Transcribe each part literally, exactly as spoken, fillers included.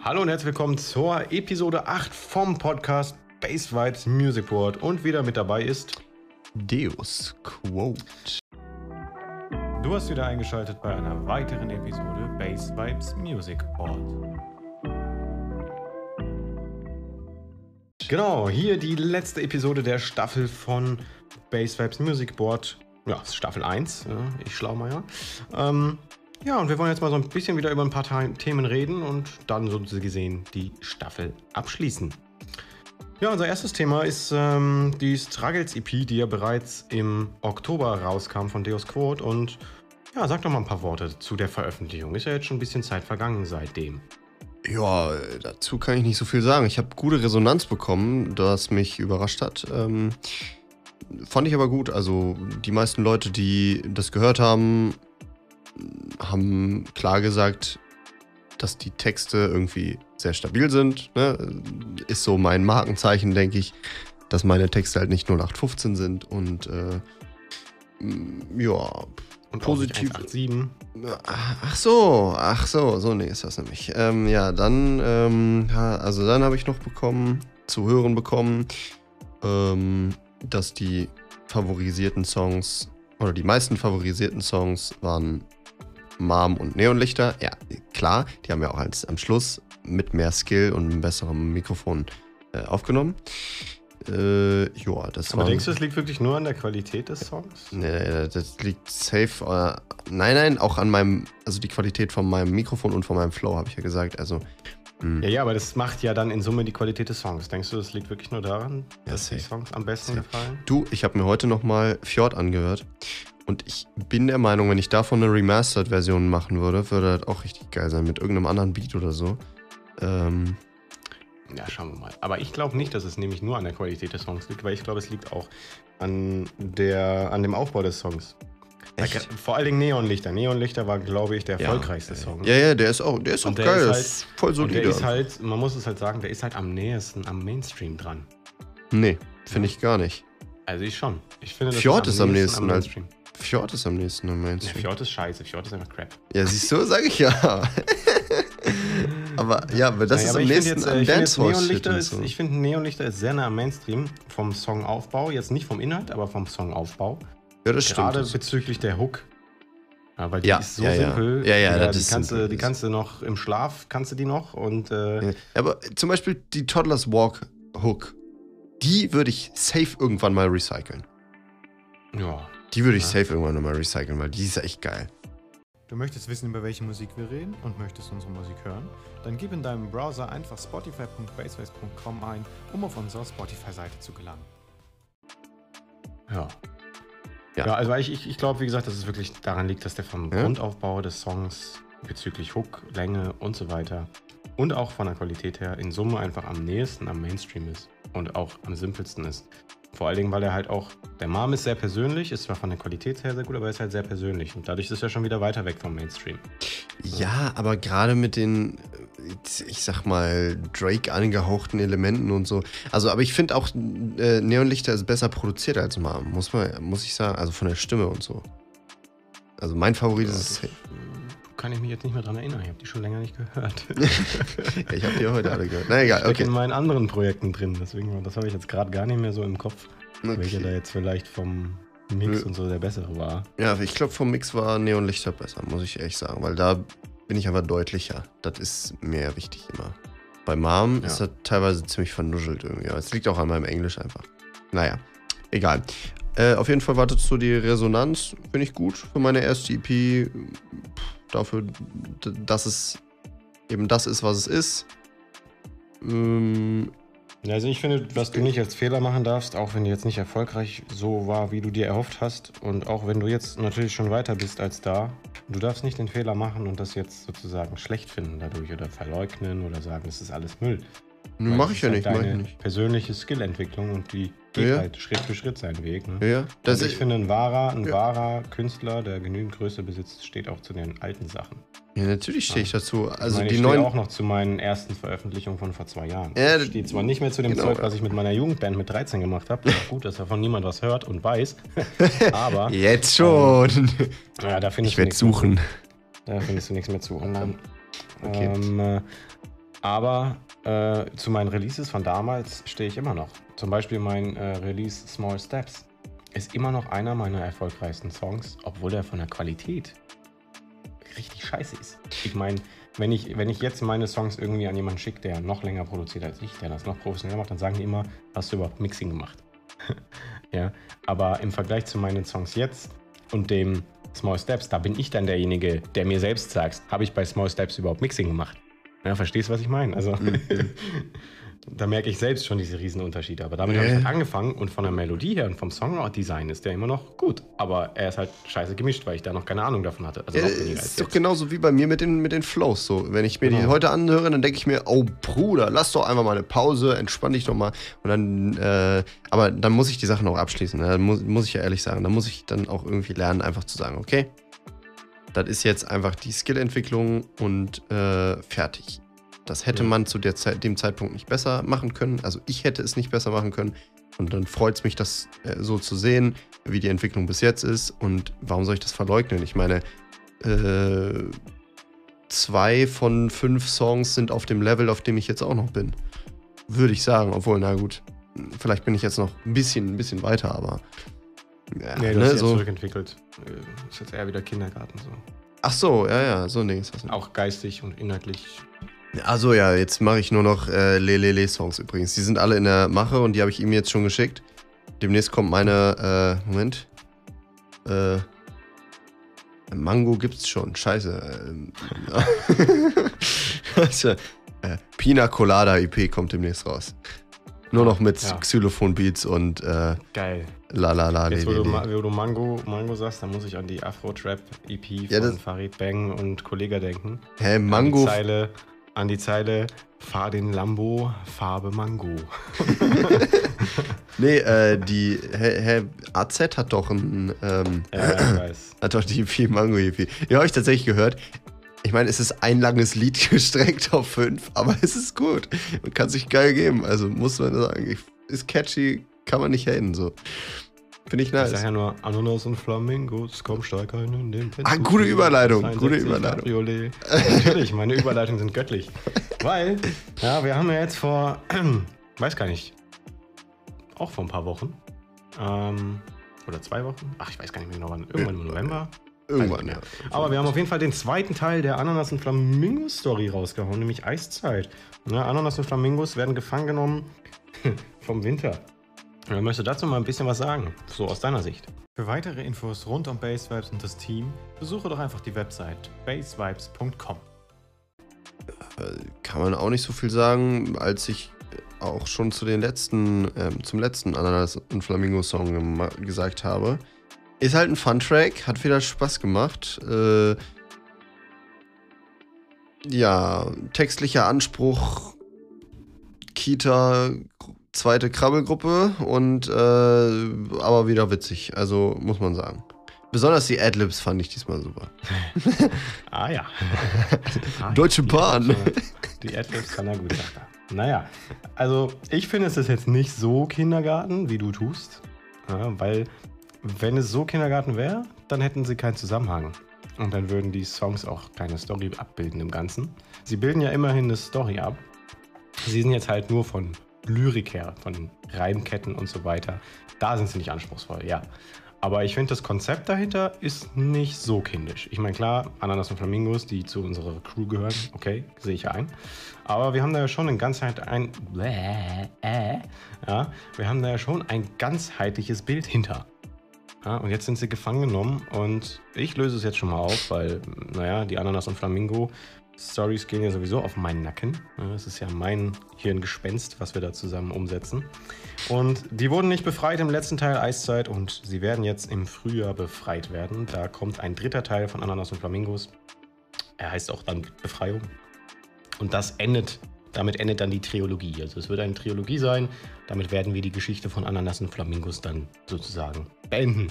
Hallo und herzlich willkommen zur Episode acht vom Podcast Bass Vibes Music Board. Und wieder mit dabei ist Deus Quote. Du hast wieder eingeschaltet bei einer weiteren Episode Bass Vibes Music Board. Genau, hier die letzte Episode der Staffel von Bass Vibes Music Board. Ja, Staffel eins, ja, ich schlau mal ja. Ähm, ja, und wir wollen jetzt mal so ein bisschen wieder über ein paar Themen reden und dann so gesehen die Staffel abschließen. Ja, unser erstes Thema ist ähm, die Struggles E P, die ja bereits im Oktober rauskam von Deus Quote. Und ja, sag doch mal ein paar Worte zu der Veröffentlichung. Ist ja jetzt schon ein bisschen Zeit vergangen seitdem. Ja, dazu kann ich nicht so viel sagen. Ich habe gute Resonanz bekommen, das mich überrascht hat. Ähm, fand ich aber gut. Also die meisten Leute, die das gehört haben, haben klar gesagt, dass die Texte irgendwie sehr stabil sind. Ne? Ist so mein Markenzeichen, denke ich, dass meine Texte halt nicht null acht fünfzehn sind und äh, ja, und positiv. eins acht sieben. Ach so, ach so, so nee ist das nämlich. Ähm, ja, dann, ähm, ja, also dann habe ich noch bekommen, zu hören bekommen, ähm, dass die favorisierten Songs oder die meisten favorisierten Songs waren Mom und Neonlichter. Ja, klar, die haben ja auch als, am Schluss mit mehr Skill und einem besseren Mikrofon äh, aufgenommen. Äh, ja, das Aber war. denkst du, es liegt wirklich nur an der Qualität des Songs? Nee, das liegt safe. Äh, nein, nein, auch an meinem, also die Qualität von meinem Mikrofon und von meinem Flow, habe ich ja gesagt. Also. Ja, ja, aber das macht ja dann in Summe die Qualität des Songs. Denkst du, das liegt wirklich nur daran, Ja, dass safe. die Songs am besten Safe. gefallen? Du, ich habe mir heute nochmal Fjord angehört. Und ich bin der Meinung, wenn ich davon eine Remastered-Version machen würde, würde das auch richtig geil sein. Mit irgendeinem anderen Beat oder so. Ähm. Ja, schauen wir mal. Aber ich glaube nicht, dass es nämlich nur an der Qualität des Songs liegt, weil ich glaube, es liegt auch an, der, an dem Aufbau des Songs. Echt? Vor allen Dingen Neonlichter. Neonlichter war, glaube ich, der Ja. erfolgreichste Song. Ja, ja, der ist auch, der ist auch Und der geil. ist Das halt- ist voll Und der solide. ist halt, man muss es halt sagen, der ist halt am nächsten am Mainstream dran. Nee, finde ich gar nicht. Also ich schon. Ich finde, das Fjord ist am am nächsten als- Mainstream. Fjord ist am nächsten am Ja, Mainstream. Fjord ist scheiße. Fjord ist einfach Crap. Ja, siehst du, sag ich ja. aber ja, aber das Naja, ist aber am ich finde nächsten jetzt, äh, an ich finde jetzt Dancehall-Shit Neonlichter und ist, so. ich finde Neonlichter ist sehr nah am Mainstream vom Songaufbau. Jetzt nicht vom Inhalt, aber vom Songaufbau. Ja, das stimmt. Gerade Das- bezüglich der Hook. Ja, weil die Ja, ist so ja, ja. simpel. Ja, ja, die, das die ist kannst simpel. du, die kannst du noch im Schlaf, kannst du die noch und äh, Ja, aber zum Beispiel die Toddlers Walk Hook, die würde ich safe irgendwann mal recyceln. ja. Die würde ich Ja. safe irgendwann mal recyceln, weil die ist echt geil. Du möchtest wissen, über welche Musik wir reden und möchtest unsere Musik hören? Dann gib in deinem Browser einfach spotify punkt bassways punkt com ein, um auf unserer Spotify-Seite zu gelangen. Ja. Ja. Ja, also ich, ich, ich glaube, wie gesagt, dass es wirklich daran liegt, dass der vom Ja. Grundaufbau des Songs bezüglich Hook, Länge und so weiter und auch von der Qualität her in Summe einfach am nächsten am Mainstream ist und auch am simpelsten ist. Vor allen Dingen, weil er halt auch, der Mom ist sehr persönlich, ist zwar von der Qualität her sehr gut, aber er ist halt sehr persönlich und dadurch ist er schon wieder weiter weg vom Mainstream. Ja, aber gerade mit den, ich sag mal, Drake angehauchten Elementen und so. Also, aber ich finde auch, äh, Neonlichter ist besser produziert als Mom, muss man, muss ich sagen. Also von der Stimme und so. Also mein Favorit Ja, ist das, äh, kann ich mich jetzt nicht mehr dran erinnern, ich habe die schon länger nicht gehört. ja, ich habe die heute alle gehört. Na egal, Ich stecke okay. in meinen anderen Projekten drin, deswegen, das habe ich jetzt gerade gar nicht mehr so im Kopf, welcher da okay. jetzt vielleicht vom Mix Nö. und so der bessere war. Ja, ich glaube, vom Mix war Neonlichter besser, muss ich ehrlich sagen. Weil da bin ich einfach deutlicher. Das ist mir wichtig immer. Bei Mom Ja. ist das teilweise ziemlich vernuschelt irgendwie. Aber es liegt auch an meinem Englisch einfach. Naja, egal. Äh, auf jeden Fall wartet so die Resonanz. Finde ich gut für meine erste E P. Dafür, d- dass es eben das ist, was es ist. Ähm, Ja, also ich finde, was du nicht als Fehler machen darfst, auch wenn die jetzt nicht erfolgreich so war, wie du dir erhofft hast und auch wenn du jetzt natürlich schon weiter bist als da, du darfst nicht den Fehler machen und das jetzt sozusagen schlecht finden dadurch oder verleugnen oder sagen, es ist alles Müll. Weil Mach es ich ist ja halt nicht, mach ich deine nicht. persönliche Skillentwicklung und die geht Ja. halt Schritt für Schritt seinen Weg. Ne? Ja, das Und ich ist, finde, ein wahrer, ein Ja. wahrer Künstler, der genügend Größe besitzt, steht auch zu den alten Sachen. ja, natürlich stehe ich dazu. Ich Also meine, die ich stehe neuen. auch noch zu meinen ersten Veröffentlichungen von vor zwei Jahren. Ja, ich stehe zwar nicht mehr zu dem genau. Zeug, was ich mit meiner Jugendband mit dreizehn gemacht habe. Gut, dass davon niemand was hört und weiß. Aber Jetzt schon. ja, da findest Ich du werde nichts mehr suchen. zu. Da findest du nichts mehr zu online. Okay. Ähm, äh, Aber äh, zu meinen Releases von damals stehe ich immer noch. Zum Beispiel mein äh, Release Small Steps ist immer noch einer meiner erfolgreichsten Songs, obwohl er von der Qualität richtig scheiße ist. Ich meine, wenn ich, wenn ich jetzt meine Songs irgendwie an jemanden schicke, der noch länger produziert als ich, der das noch professioneller macht, dann sagen die immer, hast du überhaupt Mixing gemacht? Ja, aber im Vergleich zu meinen Songs jetzt und dem Small Steps, da bin ich dann derjenige, der mir selbst sagt, habe ich bei Small Steps überhaupt Mixing gemacht? Ja, verstehst du, was ich meine? Also, da merke ich selbst schon diese riesen Unterschiede. Aber damit Nee. habe ich halt angefangen und von der Melodie her und vom Songdesign ist der immer noch gut. Aber er ist halt scheiße gemischt, weil ich da noch keine Ahnung davon hatte. Also Ja, noch weniger als ist doch jetzt. genauso wie bei mir mit den, mit den Flows. So, wenn ich mir die Genau. heute anhöre, dann denke ich mir, oh Bruder, lass doch einfach mal eine Pause, entspann dich doch mal. Und dann, äh, aber dann muss ich die Sachen auch abschließen. Ne? Muss, muss ich ja ehrlich sagen. Da muss ich dann auch irgendwie lernen, einfach zu sagen, okay, das ist jetzt einfach die Skillentwicklung und äh, fertig. Das hätte Ja. man zu der Zeit, dem Zeitpunkt nicht besser machen können. Also ich hätte es nicht besser machen können. Und dann freut es mich, das äh, so zu sehen, wie die Entwicklung bis jetzt ist. Und warum soll ich das verleugnen? Ich meine, äh, zwei von fünf Songs sind auf dem Level, auf dem ich jetzt auch noch bin. Würde ich sagen. Obwohl, na gut, vielleicht bin ich jetzt noch ein bisschen, ein bisschen weiter, aber ja, Nee, du ne, hast dich so. so zurückentwickelt. Äh, Ist jetzt eher wieder Kindergarten so. Ach so, ja, ja, so nee, ist das nicht. Auch geistig und inhaltlich. Also ja, jetzt mache ich nur noch äh, Lelele-Songs übrigens. Die sind alle in der Mache und die habe ich ihm jetzt schon geschickt. Demnächst kommt meine, äh, Moment. Äh, Mango gibt's schon, scheiße. Ähm, also, äh, Pina Colada E P kommt demnächst raus. Nur noch mit Ja. Xylophon-Beats und äh, Geil. la la la Jetzt, wo du, lelele. Ma- wo du Mango, Mango sagst, dann muss ich an die Afro-Trap-E P Ja, von das- Farid Bang und Kollega denken. Hä, An Mango. die Zeile, an die Zeile, fahr den Lambo, Farbe Mango. Nee, äh, die, hä, hä, A Z hat doch ein, ähm, Ja, ich weiß. Hat doch die E P, Mango E P. Die habe ich tatsächlich gehört. Ich meine, es ist ein langes Lied gestreckt auf fünf, aber es ist gut. Man kann sich geil geben. Also muss man sagen, ich, ist catchy, kann man nicht haten. So. Finde ich Ich nice. sag ja nur Ananas und Flamingos, komm steig ein in den Pizza. Ah, gute Überleitung, gute sechsundsechzig Überleitung. Cabriolet. Natürlich, meine Überleitungen sind göttlich. Weil, ja, wir haben ja jetzt vor, weiß gar nicht, auch vor ein paar Wochen, ähm, oder zwei Wochen, ach, ich weiß gar nicht mehr genau wann, irgendwann im November. Irgendwann, ja. Aber wir haben auf jeden Fall den zweiten Teil der Ananas und Flamingos Story rausgehauen, nämlich Eiszeit. Ja, Ananas und Flamingos werden gefangen genommen vom Winter. Ja, möchtest du dazu mal ein bisschen was sagen, so aus deiner Sicht? Für weitere Infos rund um Bassvibes und das Team, besuche doch einfach die Website bassvibes punkt com. Kann man auch nicht so viel sagen, als ich auch schon zu den letzten, ähm, zum letzten Ananas und Flamingo Song gema- gesagt habe. Ist halt ein Fun-Track, hat wieder Spaß gemacht. Äh, ja, textlicher Anspruch, Kita, zweite Krabbelgruppe und äh, aber wieder witzig, also muss man sagen. Besonders die Adlibs fand ich diesmal super. Ah ja. Ah, Deutsche die Bahn. Adlibs, Die Adlibs kann er gut, sagt er. Naja, also ich finde es ist jetzt nicht so Kindergarten, wie du tust. Ja, weil wenn es so Kindergarten wäre, dann hätten sie keinen Zusammenhang. Und dann würden die Songs auch keine Story abbilden im Ganzen. Sie bilden ja immerhin eine Story ab. Sie sind jetzt halt nur von Lyrik her, von Reimketten und so weiter. Da sind sie nicht anspruchsvoll, ja. Aber ich finde, das Konzept dahinter ist nicht so kindisch. Ich meine, klar, Ananas und Flamingos, die zu unserer Crew gehören, okay, sehe ich ein. Aber wir haben da ja schon ein ganzheit ein, ja, wir haben da ja schon ein ganzheitliches Bild hinter. Ja, und jetzt sind sie gefangen genommen und ich löse es jetzt schon mal auf, weil, naja, die Ananas und Flamingo Stories gehen ja sowieso auf meinen Nacken. Ja, das ist ja mein Hirngespenst, was wir da zusammen umsetzen. Und die wurden nicht befreit im letzten Teil Eiszeit und sie werden jetzt im Frühjahr befreit werden. Da kommt ein dritter Teil von Ananas und Flamingos. Er heißt auch dann Befreiung. Und das endet, damit endet dann die Trilogie. Also es wird eine Trilogie sein. Damit werden wir die Geschichte von Ananas und Flamingos dann sozusagen beenden.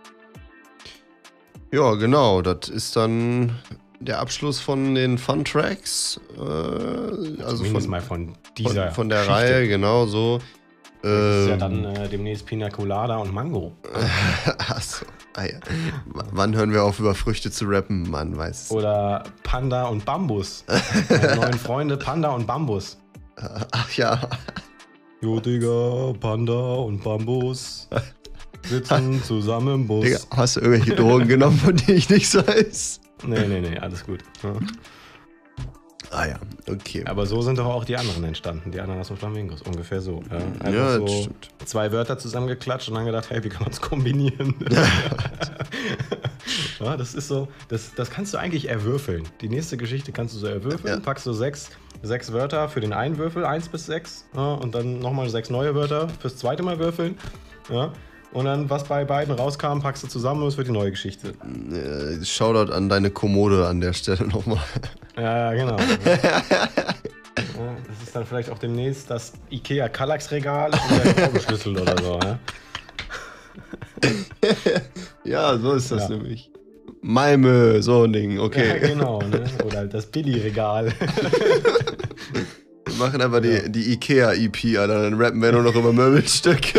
Ja, genau, das ist dann der Abschluss von den Fun-Tracks. Äh, also Zumindest von, mal von dieser von, von der Geschichte. Reihe, genau so. Das ist ja Ähm, dann äh, demnächst Pina Colada und Mango. Achso. Ah, ja. W- Wann hören wir auf, über Früchte zu rappen? Man weiß es. Oder Panda und Bambus. Meine neuen Freunde Panda und Bambus. Ach ja. Jo, Digga, Panda und Bambus sitzen zusammen im Bus. Digga, hast du irgendwelche Drogen genommen, von denen ich nichts weiß? Nee, nee, nee, alles gut. Ja. Ah ja, okay. Aber so sind doch auch die anderen entstanden, die Ananas und Flamingos, ungefähr so. Ja, einfach Ja, das so stimmt. zwei Wörter zusammengeklatscht und dann gedacht, hey, wie kann man es kombinieren? Ja, das ist so, das, das kannst du eigentlich erwürfeln. Die nächste Geschichte kannst du so erwürfeln, Ja. packst du sechs, sechs Wörter für den einen Würfel, eins bis sechs, ja, und dann nochmal sechs neue Wörter fürs zweite Mal würfeln. Ja. Und dann, was bei beiden rauskam, packst du zusammen und es wird die neue Geschichte. Äh, Shoutout an deine Kommode an der Stelle nochmal. Ja, genau. Ja, das ist dann vielleicht auch demnächst das Ikea Kallax-Regal und der Schlüssel oder so. Ja? Ja, so ist das Ja. nämlich. Malmö, so ein Ding, Ja, okay. genau. Ne? Oder halt das Billy-Regal. Wir machen einfach die, die Ikea-E P, Alter, dann rappen wir nur noch über Möbelstücke.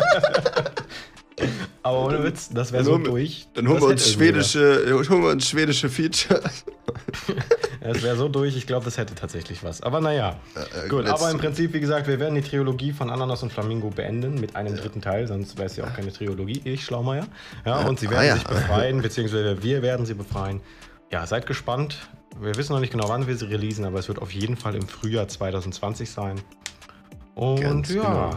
Aber ohne Witz, das wäre Dann so holen wir- durch. Dann holen Das wir uns hätte irgendwie schwedische, holen wir uns schwedische Feature. was. Das wäre so durch, ich glaube, das hätte tatsächlich was. Aber naja. Äh, Gut, let's- aber im Prinzip, wie gesagt, wir werden die Trilogie von Ananas und Flamingo beenden mit einem dritten Teil, sonst wäre es ja auch keine Trilogie, ich Schlaumeier. Ja, und sie Ah, werden ja. sich befreien, beziehungsweise wir werden sie befreien. Ja, seid gespannt. Wir wissen noch nicht genau, wann wir sie releasen, aber es wird auf jeden Fall im Frühjahr zwanzig zwanzig sein. Und Ganz ja, genau.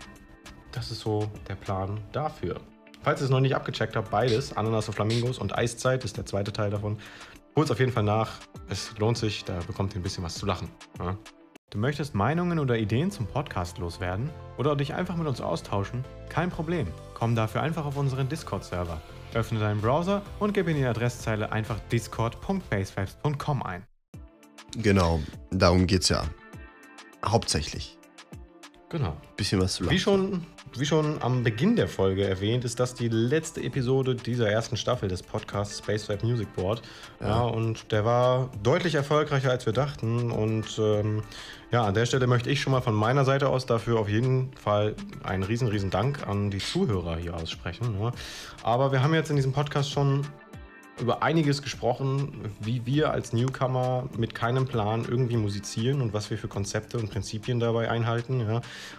das ist so der Plan dafür. Falls ihr es noch nicht abgecheckt habt, beides, Ananas und Flamingos und Eiszeit ist der zweite Teil davon. Holt es auf jeden Fall nach. Es lohnt sich, da bekommt ihr ein bisschen was zu lachen. Ja. Du möchtest Meinungen oder Ideen zum Podcast loswerden oder dich einfach mit uns austauschen? Kein Problem. Komm dafür einfach auf unseren Discord-Server. Öffne deinen Browser und gib in die Adresszeile einfach discord punkt basevibes punkt com ein. Genau, darum geht's ja. Hauptsächlich. Genau. Bisschen was zu Wie lachen. schon, wie schon am Beginn der Folge erwähnt, ist das die letzte Episode dieser ersten Staffel des Podcasts Space Vibe Music Board. Ja. Ja. Und der war deutlich erfolgreicher, als wir dachten. Und ähm, ja, an der Stelle möchte ich schon mal von meiner Seite aus dafür auf jeden Fall einen riesen, riesen Dank an die Zuhörer hier aussprechen. Ne? Aber wir haben jetzt in diesem Podcast schon über einiges gesprochen, wie wir als Newcomer mit keinem Plan irgendwie musizieren und was wir für Konzepte und Prinzipien dabei einhalten. Ja.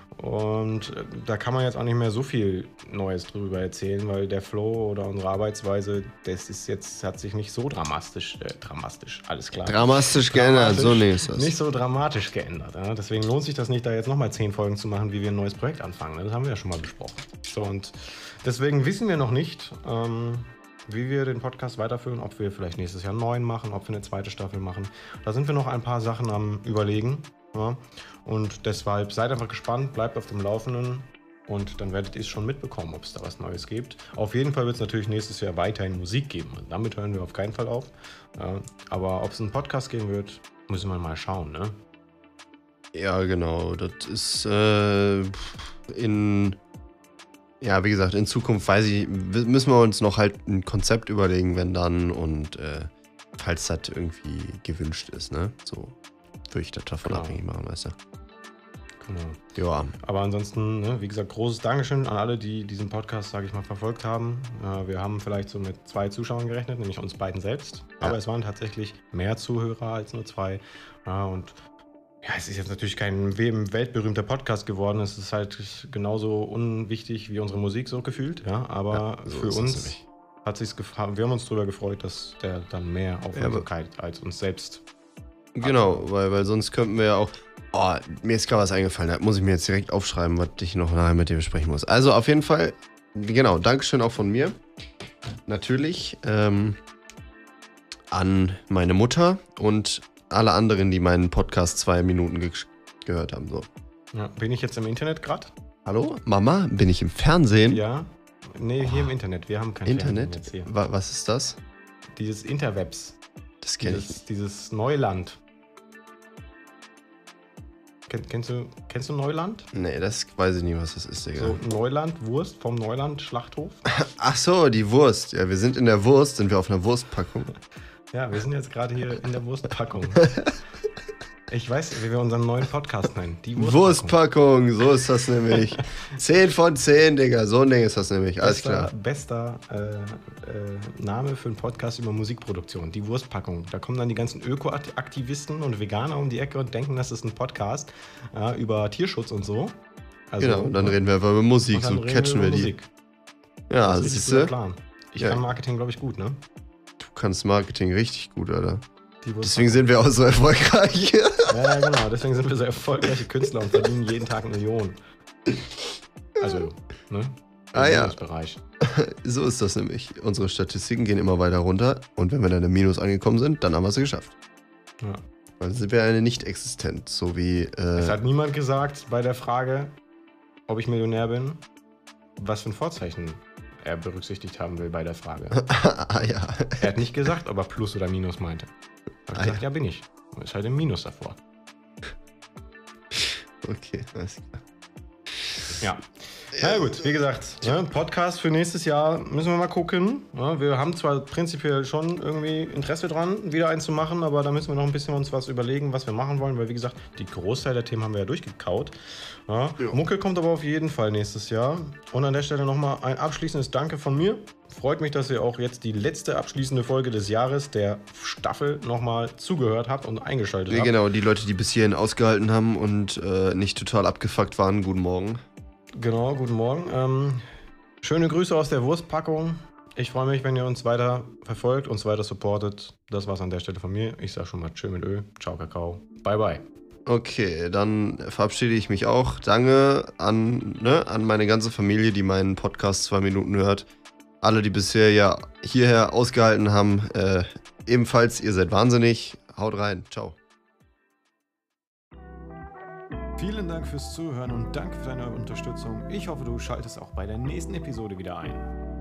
Und äh, da kann man jetzt auch nicht mehr so viel Neues drüber erzählen, weil der Flow oder unsere Arbeitsweise, das ist jetzt, hat sich nicht so dramatisch, äh, dramatisch, alles klar. Dramatisch geändert, so nee ist Nicht das. so dramatisch geändert. Ja. Deswegen lohnt sich das nicht, da jetzt nochmal zehn Folgen zu machen, wie wir ein neues Projekt anfangen. Das haben wir ja schon mal besprochen. So, und deswegen wissen wir noch nicht, ähm, wie wir den Podcast weiterführen, ob wir vielleicht nächstes Jahr einen neuen machen, ob wir eine zweite Staffel machen. Da sind wir noch ein paar Sachen am Überlegen. Ja. Und deshalb seid einfach gespannt, bleibt auf dem Laufenden und dann werdet ihr es schon mitbekommen, ob es da was Neues gibt. Auf jeden Fall wird es natürlich nächstes Jahr weiterhin Musik geben. Und damit hören wir auf keinen Fall auf. Ja. Aber ob es einen Podcast geben wird, müssen wir mal schauen. Ne? Ja, genau. Das ist äh, in. Ja, wie gesagt, in Zukunft weiß ich, müssen wir uns noch halt ein Konzept überlegen, wenn dann und äh, falls das irgendwie gewünscht ist, ne? So würde ich das davon Genau. abhängig machen, weißt du? Genau. Ja, Aber ansonsten, ne, wie gesagt, großes Dankeschön an alle, die diesen Podcast, sage ich mal, verfolgt haben. Äh, wir haben vielleicht so mit zwei Zuschauern gerechnet, nämlich uns beiden selbst. Ja. Aber es waren tatsächlich mehr Zuhörer als nur zwei. Ja, und ja, es ist jetzt natürlich kein wem- weltberühmter Podcast geworden. Es ist halt genauso unwichtig wie unsere Musik so gefühlt. Ja, aber Ja, so für ist es uns nämlich. hat sich's gef- wir haben uns darüber gefreut, dass der dann mehr Aufmerksamkeit als uns selbst. genau, weil, weil sonst könnten wir ja auch. Oh, mir ist gerade was eingefallen, da muss ich mir jetzt direkt aufschreiben, was ich noch nachher mit dir besprechen muss. Also auf jeden Fall, genau, Dankeschön auch von mir. Natürlich ähm, an meine Mutter und alle anderen, die meinen Podcast zwei Minuten ge gehört haben. So. Ja, bin ich jetzt im Internet gerade? Hallo, Mama, bin ich im Fernsehen? Ja. Nee, hier im Internet. Wir haben kein Fernsehen Internet? jetzt hier. Wa was ist das? Dieses Interwebs. Das kenne ich Dieses, dieses Neuland. Ken, kennst, du, kennst du Neuland? nicht. Nee, das weiß ich nicht, was das ist, Digga. So Neuland, Wurst vom Neuland Schlachthof. Ach so, die Wurst. Ja, wir sind in der Wurst, sind wir auf einer Wurstpackung. Ja, wir sind jetzt gerade hier in der Wurstpackung. Ich weiß, wie wir unseren neuen Podcast nennen. Die Wurstpackung, so ist das nämlich. zehn von zehn, Digga. So ein Ding ist das nämlich. Alles bester, klar. Bester äh, äh, Name für einen Podcast über Musikproduktion. Die Wurstpackung. Da kommen dann die ganzen Öko-Aktivisten und Veganer um die Ecke und denken, das ist ein Podcast äh, über Tierschutz und so. Also, genau, und dann reden wir einfach über Musik. So catchen wir, wir die. Musik. Ja, das siehst du? du? Ich ja. kann Marketing, glaube ich, gut, ne? Du kannst Marketing richtig gut, Alter. Deswegen sind wir auch so erfolgreich. Ja, genau. Deswegen sind wir so erfolgreiche Künstler und verdienen jeden Tag Millionen. Also, ne? Im ah ja. Bereich. So ist das nämlich. Unsere Statistiken gehen immer weiter runter und wenn wir dann im Minus angekommen sind, dann haben wir es geschafft. Ja. Dann sind wir eine nicht existent, so wie... Äh es hat niemand gesagt bei der Frage, ob ich Millionär bin, was für ein Vorzeichen er berücksichtigt haben will bei der Frage. ah ja. Er hat nicht gesagt, ob er Plus oder Minus meinte. Er hat ah, gesagt, ja. ja bin ich. Ist halt ein Minus davor. Okay, alles klar. Ja. Na ja, gut, wie gesagt, ja, Podcast für nächstes Jahr müssen wir mal gucken. Ja, wir haben zwar prinzipiell schon irgendwie Interesse dran, wieder eins zu machen, aber da müssen wir noch ein bisschen uns was überlegen, was wir machen wollen, weil wie gesagt, die Großteil der Themen haben wir ja durchgekaut. Ja. Ja. Mucke kommt aber auf jeden Fall nächstes Jahr. Und an der Stelle nochmal ein abschließendes Danke von mir. Freut mich, dass ihr auch jetzt die letzte abschließende Folge des Jahres der Staffel nochmal zugehört habt und eingeschaltet ja, habt. Genau, die Leute, die bis hierhin ausgehalten haben und äh, nicht total abgefuckt waren, guten Morgen. Genau, guten Morgen. Ähm, schöne Grüße aus der Wurstpackung. Ich freue mich, wenn ihr uns weiter verfolgt, uns weiter supportet. Das war's an der Stelle von mir. Ich sag schon mal Tschö mit Ö. Ciao, Kakao. Bye, bye. Okay, dann verabschiede ich mich auch. Danke an, ne, an meine ganze Familie, die meinen Podcast zwei Minuten hört. Alle, die bisher ja hierher ausgehalten haben, äh, ebenfalls, ihr seid wahnsinnig. Haut rein. Ciao. Vielen Dank fürs Zuhören und danke für deine Unterstützung. Ich hoffe, du schaltest auch bei der nächsten Episode wieder ein.